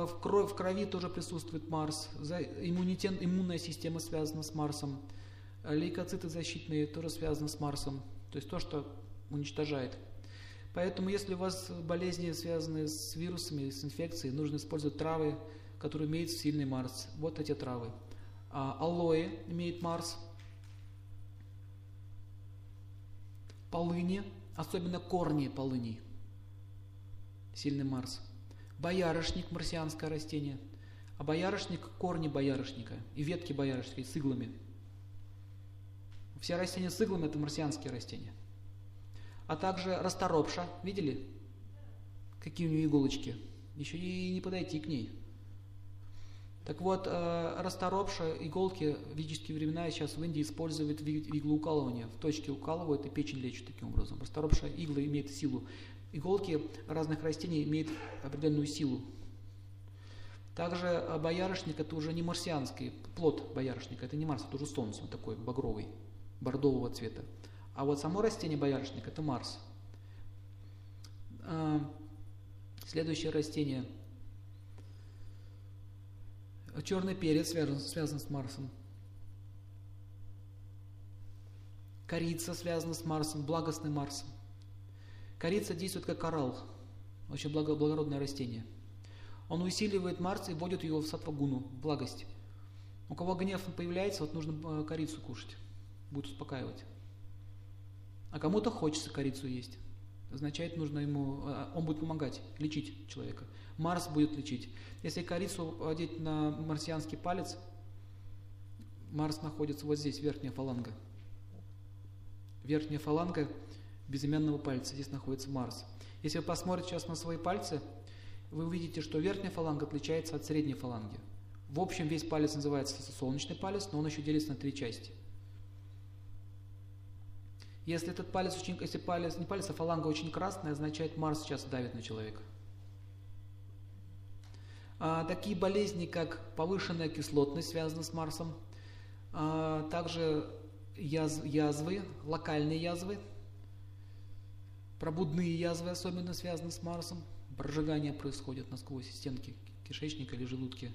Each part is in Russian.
В крови тоже присутствует Марс. Иммунная система связана с Марсом. Лейкоциты защитные тоже связаны с Марсом. То есть то, что уничтожает. Поэтому, если у вас болезни, связанные с вирусами, с инфекцией, нужно использовать травы, которые имеют сильный Марс. Вот эти травы. Алоэ имеет Марс. Полыни, особенно корни полыней. Сильный Марс. Боярышник, марсианское растение. А боярышник – корни боярышника и ветки боярышника с иглами. Все растения с иглами – это марсианские растения. А также расторопша. Видели? Какие у нее иголочки? Еще и не подойти к ней. Так вот, расторопша, иголки в ведические времена сейчас в Индии используют в иглоукалывание. В точке укалывают и печень лечат таким образом. Расторопша, иглы имеет силу. Иголки разных растений имеют определенную силу. Также боярышник – это уже не марсианский плод боярышника, это не Марс, это уже Солнце, он такой багровый, бордового цвета. А вот само растение боярышника – это Марс. Следующее растение. Черный перец связан с Марсом. Корица связана с Марсом, благостный Марс. Корица действует как коралл, очень благородное растение. Он усиливает Марс и вводит его в саттва-гуну, в благость. У кого гнев появляется, вот нужно корицу кушать, будет успокаивать. А кому-то хочется корицу есть. Означает, нужно ему, он будет помогать, лечить человека. Марс будет лечить. Если корицу одеть на марсианский палец, Марс находится вот здесь, верхняя фаланга. Верхняя фаланга безымянного пальца, здесь находится Марс. Если вы посмотрите сейчас на свои пальцы, вы увидите, что верхняя фаланга отличается от средней фаланги. В общем, весь палец называется солнечный палец, но он еще делится на 3 части. Если этот палец если палец, не палец, а фаланга очень красная, означает, Марс сейчас давит на человека. Такие болезни, как повышенная кислотность, связаны с Марсом. Также язвы, локальные язвы, пробудные язвы особенно связаны с Марсом. Прожигание происходит насквозь стенки кишечника или желудки.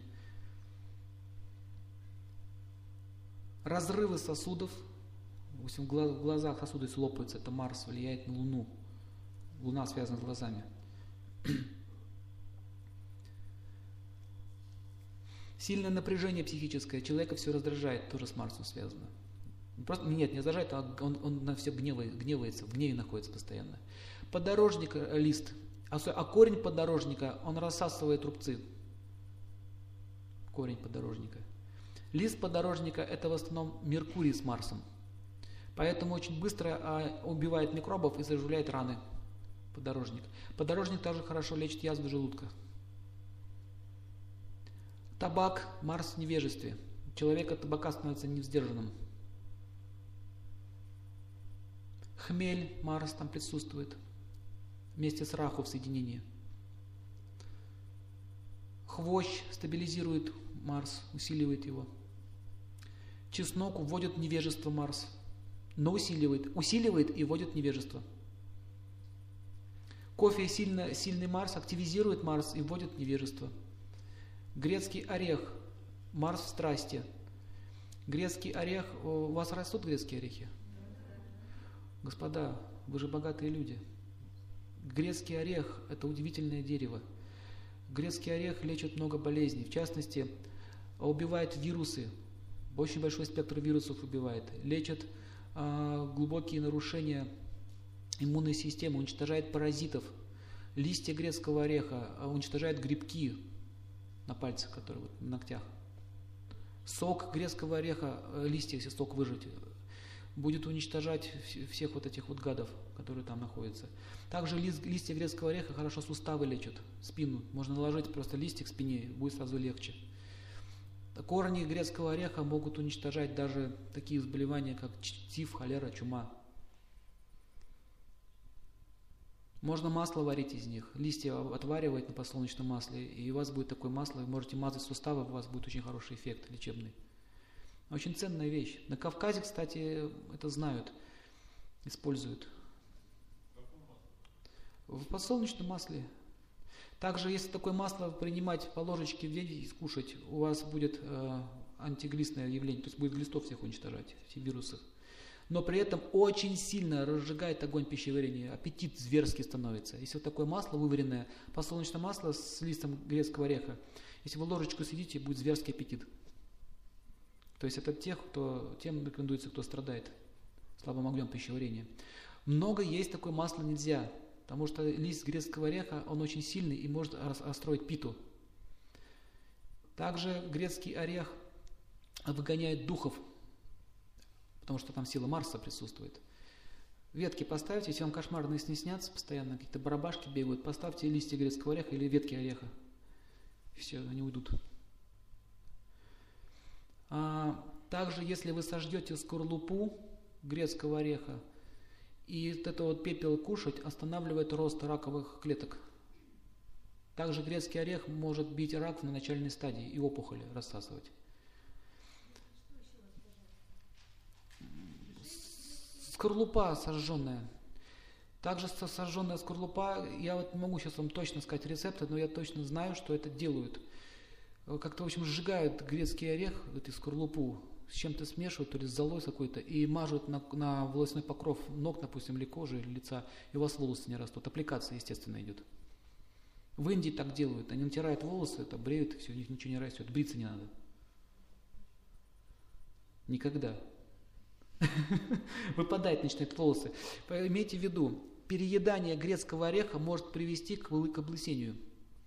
Разрывы сосудов. В глазах сосуды лопаются, это Марс влияет на Луну. Луна связана с глазами. Сильное напряжение психическое, человека все раздражает, тоже с Марсом связано. Просто, нет, не раздражает, а он на все гневается, в гневе находится постоянно. Подорожник, лист, а корень подорожника, он рассасывает рубцы. Корень подорожника. Лист подорожника – это в основном Меркурий с Марсом. Поэтому очень быстро убивает микробов и заживляет раны. Подорожник. Подорожник также хорошо лечит язвы желудка. Табак, Марс в невежестве. У человека табака становится невздержанным. Хмель, Марс там присутствует. Вместе с Раху в соединении. Хвощ стабилизирует Марс, усиливает его. Чеснок вводит в невежество Марс. Но усиливает и вводит в невежество. Кофе сильный Марс активизирует Марс и вводит в невежество. Грецкий орех, Марс в страсти. Грецкий орех, у вас растут грецкие орехи? Господа, вы же богатые люди. Грецкий орех – это удивительное дерево. Грецкий орех лечит много болезней, в частности, убивает вирусы, очень большой спектр вирусов убивает, лечит глубокие нарушения иммунной системы, уничтожает паразитов. Листья грецкого ореха уничтожают грибки на пальцах, которые вот, на ногтях. Сок грецкого ореха, листья, если сок выжать, будет уничтожать всех вот этих вот гадов, которые там находятся. Также листья грецкого ореха хорошо суставы лечат, спину. Можно наложить просто листик к спине, будет сразу легче. Корни грецкого ореха могут уничтожать даже такие заболевания, как тиф, холера, чума. Можно масло варить из них, листья отваривать на подсолнечном масле, и у вас будет такое масло, вы можете мазать суставы, у вас будет очень хороший эффект лечебный. Очень ценная вещь. На Кавказе, кстати, это знают, используют. В подсолнечном масле. Также, если такое масло принимать по ложечке в день и скушать, у вас будет антиглистное явление, то есть будет глистов всех уничтожать, все вирусы. Но при этом очень сильно разжигает огонь пищеварения, аппетит зверский становится. Если вот такое масло вываренное, подсолнечное масло с листом грецкого ореха, если вы ложечку съедите, будет зверский аппетит. То есть это тем рекомендуется, кто страдает слабым огнем пищеварения. Много есть такое масло нельзя, потому что лист грецкого ореха, он очень сильный и может расстроить питу. Также грецкий орех выгоняет духов, потому что там сила Марса присутствует. Ветки поставьте, если вам кошмарные сны снятся постоянно, какие-то барабашки бегают, поставьте листья грецкого ореха или ветки ореха. И все, они уйдут. Также, если вы сожжете скорлупу грецкого ореха, и вот это вот пепел кушать, останавливает рост раковых клеток. Также грецкий орех может бить рак на начальной стадии и опухоли рассасывать. Скорлупа сожженная. Также сожженная скорлупа, я вот не могу сейчас вам точно сказать рецепты, но я точно знаю, что это делают. Как-то, в общем, сжигают грецкий орех, эту скорлупу, с чем-то смешивают, то ли с золой какой-то, и мажут на волосной покров ног, допустим, или кожи, или лица, и у вас волосы не растут. Аппликация, естественно, идет. В Индии так делают. Они натирают волосы, это бреют, и все, у них ничего не растет. Бриться не надо. Никогда. Выпадать начинают волосы. Имейте в виду, переедание грецкого ореха может привести к облысению.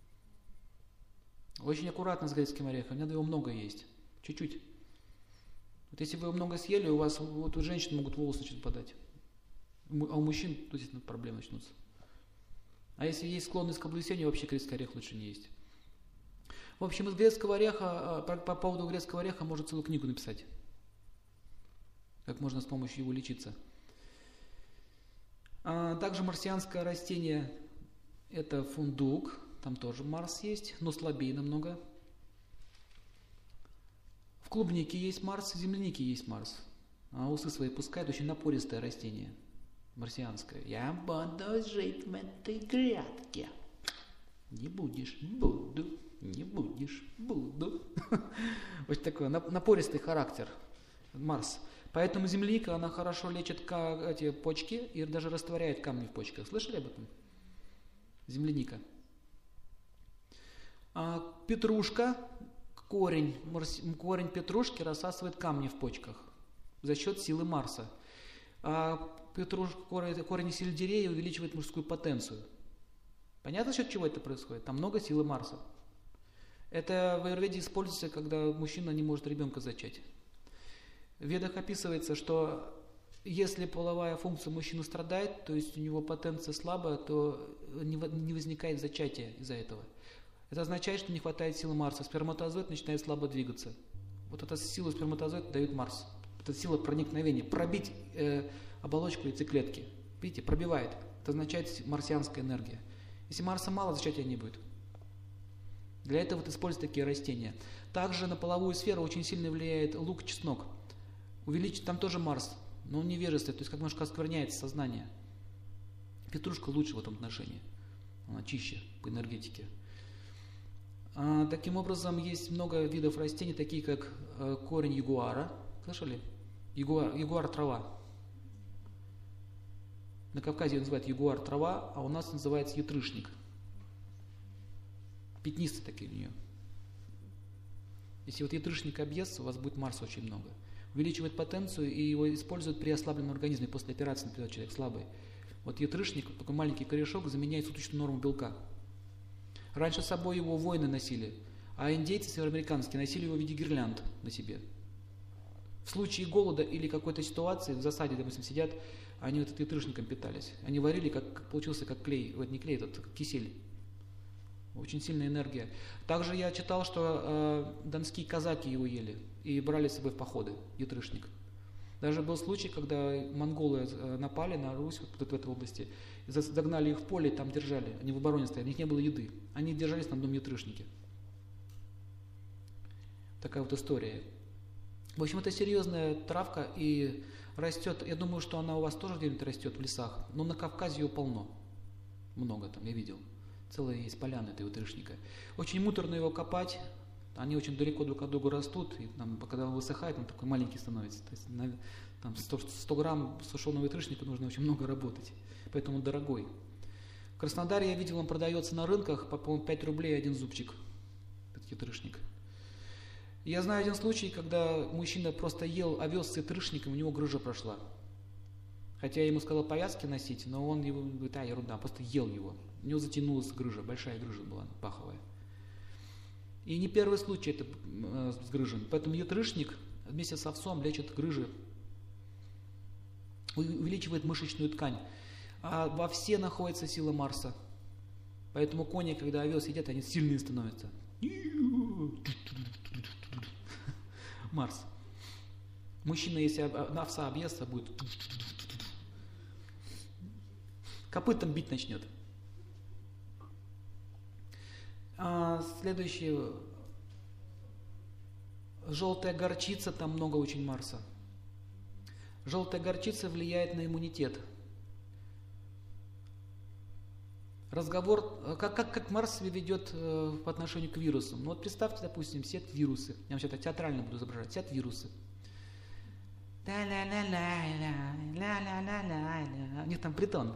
Очень аккуратно с грецким орехом, надо его много есть. Чуть-чуть. Вот если вы его много съели, у вас вот у женщин могут волосы начать выпадать. А у мужчин, то есть проблемы начнутся. А если есть склонность к облысению, вообще грецкий орех лучше не есть. В общем, из грецкого ореха, по поводу грецкого ореха можно целую книгу написать. Как можно с помощью его лечиться. Также марсианское растение – это фундук. Там тоже Марс есть, но слабее намного. В клубнике есть Марс, в землянике есть Марс. А усы свои пускает, очень напористое растение. Марсианское. Я буду жить в этой грядке. Не будешь, буду. Не будешь, буду. Вот такой напористый характер. Марс. Поэтому земляника, она хорошо лечит эти почки и даже растворяет камни в почках. Слышали об этом? Земляника. Петрушка, корень петрушки рассасывает камни в почках за счет силы Марса. Корень сельдерея увеличивает мужскую потенцию. Понятно, за счет чего это происходит? Там много силы Марса. Это в аюрведе используется, когда мужчина не может ребенка зачать. В ведах описывается, что если половая функция мужчины страдает, то есть у него потенция слабая, то не возникает зачатия из-за этого. Это означает, что не хватает силы Марса. Сперматозоид начинает слабо двигаться. Вот эта сила сперматозоида дает Марс. Это сила проникновения. Пробить оболочку яйцеклетки. Видите, пробивает. Это означает марсианская энергия. Если Марса мало, зачатия не будет. Для этого вот используют такие растения. Также на половую сферу очень сильно влияет лук, чеснок. Увеличить там тоже Марс, но он невежественный, то есть как немножко оскверняется сознание. Петрушка лучше в этом отношении. Она чище по энергетике. Таким образом, есть много видов растений, такие как корень ягуара. Слышали? Ягуар трава. На Кавказе ее называют ягуар трава, а у нас называется ятрышник. Пятнистые такие у нее. Если вот ятрышник объестся, у вас будет Марса очень много. Увеличивает потенцию и его используют при ослабленном организме после операции, например, человек слабый. Вот ятрышник, такой маленький корешок, заменяет суточную норму белка. Раньше с собой его воины носили, а индейцы североамериканские носили его в виде гирлянд на себе. В случае голода или какой-то ситуации, в засаде, допустим, сидят, они вот ятрышником питались. Они варили, получился как клей, вот не клей, этот кисель. Очень сильная энергия. Также я читал, что донские казаки его ели и брали с собой в походы, ятрышник. Даже был случай, когда монголы напали на Русь, вот в этой области, загнали их в поле и там держали. Они в обороне стояли, у них не было еды. Они держались на одном ятрышнике. Такая вот история. В общем, это серьезная травка и растет. Я думаю, что она у вас тоже где-нибудь растет в лесах, но на Кавказе ее полно. Много там, я видел. Целая есть поляна этого тырышника. Очень муторно его копать. Они очень далеко друг от друга растут. И там, когда он высыхает, он такой маленький становится. То есть там 100 грамм сушеного тырышника нужно очень много работать. Поэтому он дорогой. В Краснодаре я видел, он продается на рынках, по-моему, 5 рублей один зубчик. Этот тырышник. Я знаю один случай, когда мужчина просто ел овес с тырышником, у него грыжа прошла. Хотя я ему сказал повязки носить, но он его говорит, ерунда, просто ел его. У него затянулась грыжа, большая грыжа была паховая. И не первый случай это с грыжами. Поэтому тырышник вместе с овсом лечит грыжи, увеличивает мышечную ткань. А во овсе находится сила Марса. Поэтому кони, когда овес едят, они сильные становятся. Марс. Мужчина, если овса объестся, будет копытом бить начнет. Следующее. Желтая горчица, там много очень Марса. Желтая горчица влияет на иммунитет. Разговор, как Марс себя ведет по отношению к вирусам. Ну вот представьте, допустим, сидят вирусы. Я вам сейчас театрально буду изображать. Сидят вирусы. У них там притон.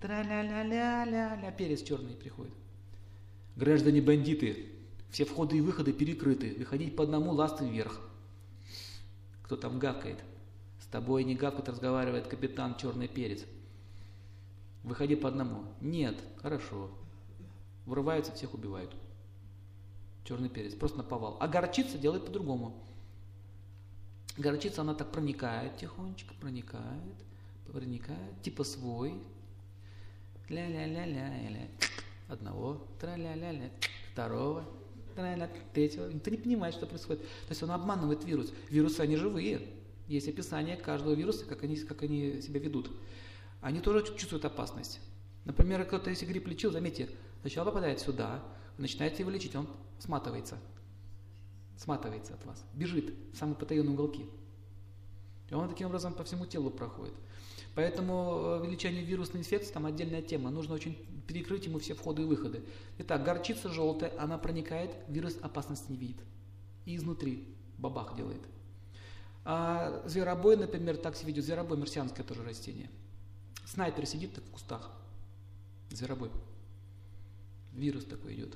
Перец черный приходит. Граждане бандиты, все входы и выходы перекрыты. Выходить по одному, ласты вверх. Кто там гавкает? С тобой не гавкает, разговаривает капитан Черный Перец. Выходи по одному. Нет, хорошо. Врываются, всех убивают. Черный Перец, просто наповал. А горчица делает по-другому. Горчица, она так проникает тихонечко, проникает, типа свой. Ля-ля-ля-ля-ля. Одного, тра-ля-ля-ля, второго, тра-ля, третьего. Ты не понимаешь, что происходит. То есть он обманывает вирус. Вирусы, они живые. Есть описание каждого вируса, как они себя ведут. Они тоже чувствуют опасность. Например, кто-то, если грипп лечил, заметьте, сначала попадает сюда, вы начинаете его лечить, он сматывается от вас, бежит в самые потаенные уголки. И он таким образом по всему телу проходит. Поэтому лечение вирусной инфекции там отдельная тема. Нужно очень перекрыть ему все входы и выходы. Итак, горчица желтая, она проникает, вирус опасности не видит. И изнутри бабах делает. А зверобой, например, так себя ведет. Зверобой марсианское тоже растение. Снайпер сидит в кустах. Зверобой. Вирус такой идет.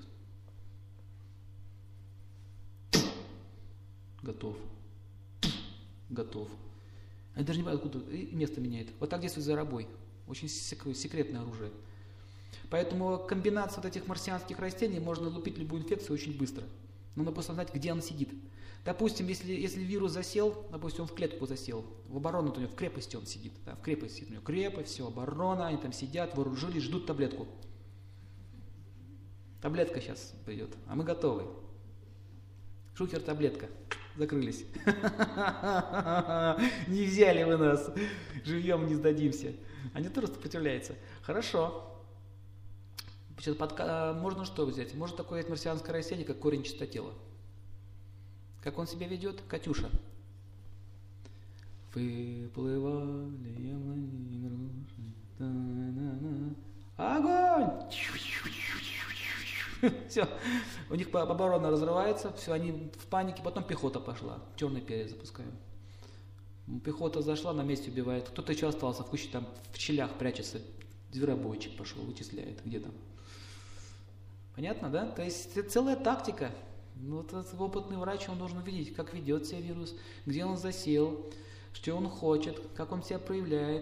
Готов. Они даже не понимают, откуда место меняет. Вот так действует зверобой. Очень секретное оружие. Поэтому комбинация вот этих марсианских растений можно лупить любую инфекцию очень быстро. Но надо просто знать, где она сидит. Допустим, если вирус засел, допустим, он в клетку засел, в оборону, то у него в крепости он сидит. Да, в крепости сидит, у него крепость, все, оборона, они там сидят, вооружились, ждут таблетку. Таблетка сейчас придет, а мы готовы. Шухер-таблетка. Закрылись. Не взяли вы нас. Живьем не сдадимся. Они тоже сопротивляются. Хорошо. Можно что взять? Можно такое взять марсианское растение, как корень чистотела. Как он себя ведет? Катюша. Выплывали огонь! Все, у них оборона разрывается, все, они в панике, потом пехота пошла, Черный Перец запускаем. Пехота зашла, на месте убивает, кто-то еще остался в куче, там в щелях прячется, зверобойчик пошел, вычисляет, где там. Понятно, да? То есть это целая тактика. Вот этот опытный врач, он должен видеть, как ведет себя вирус, где он засел, что он хочет, как он себя проявляет.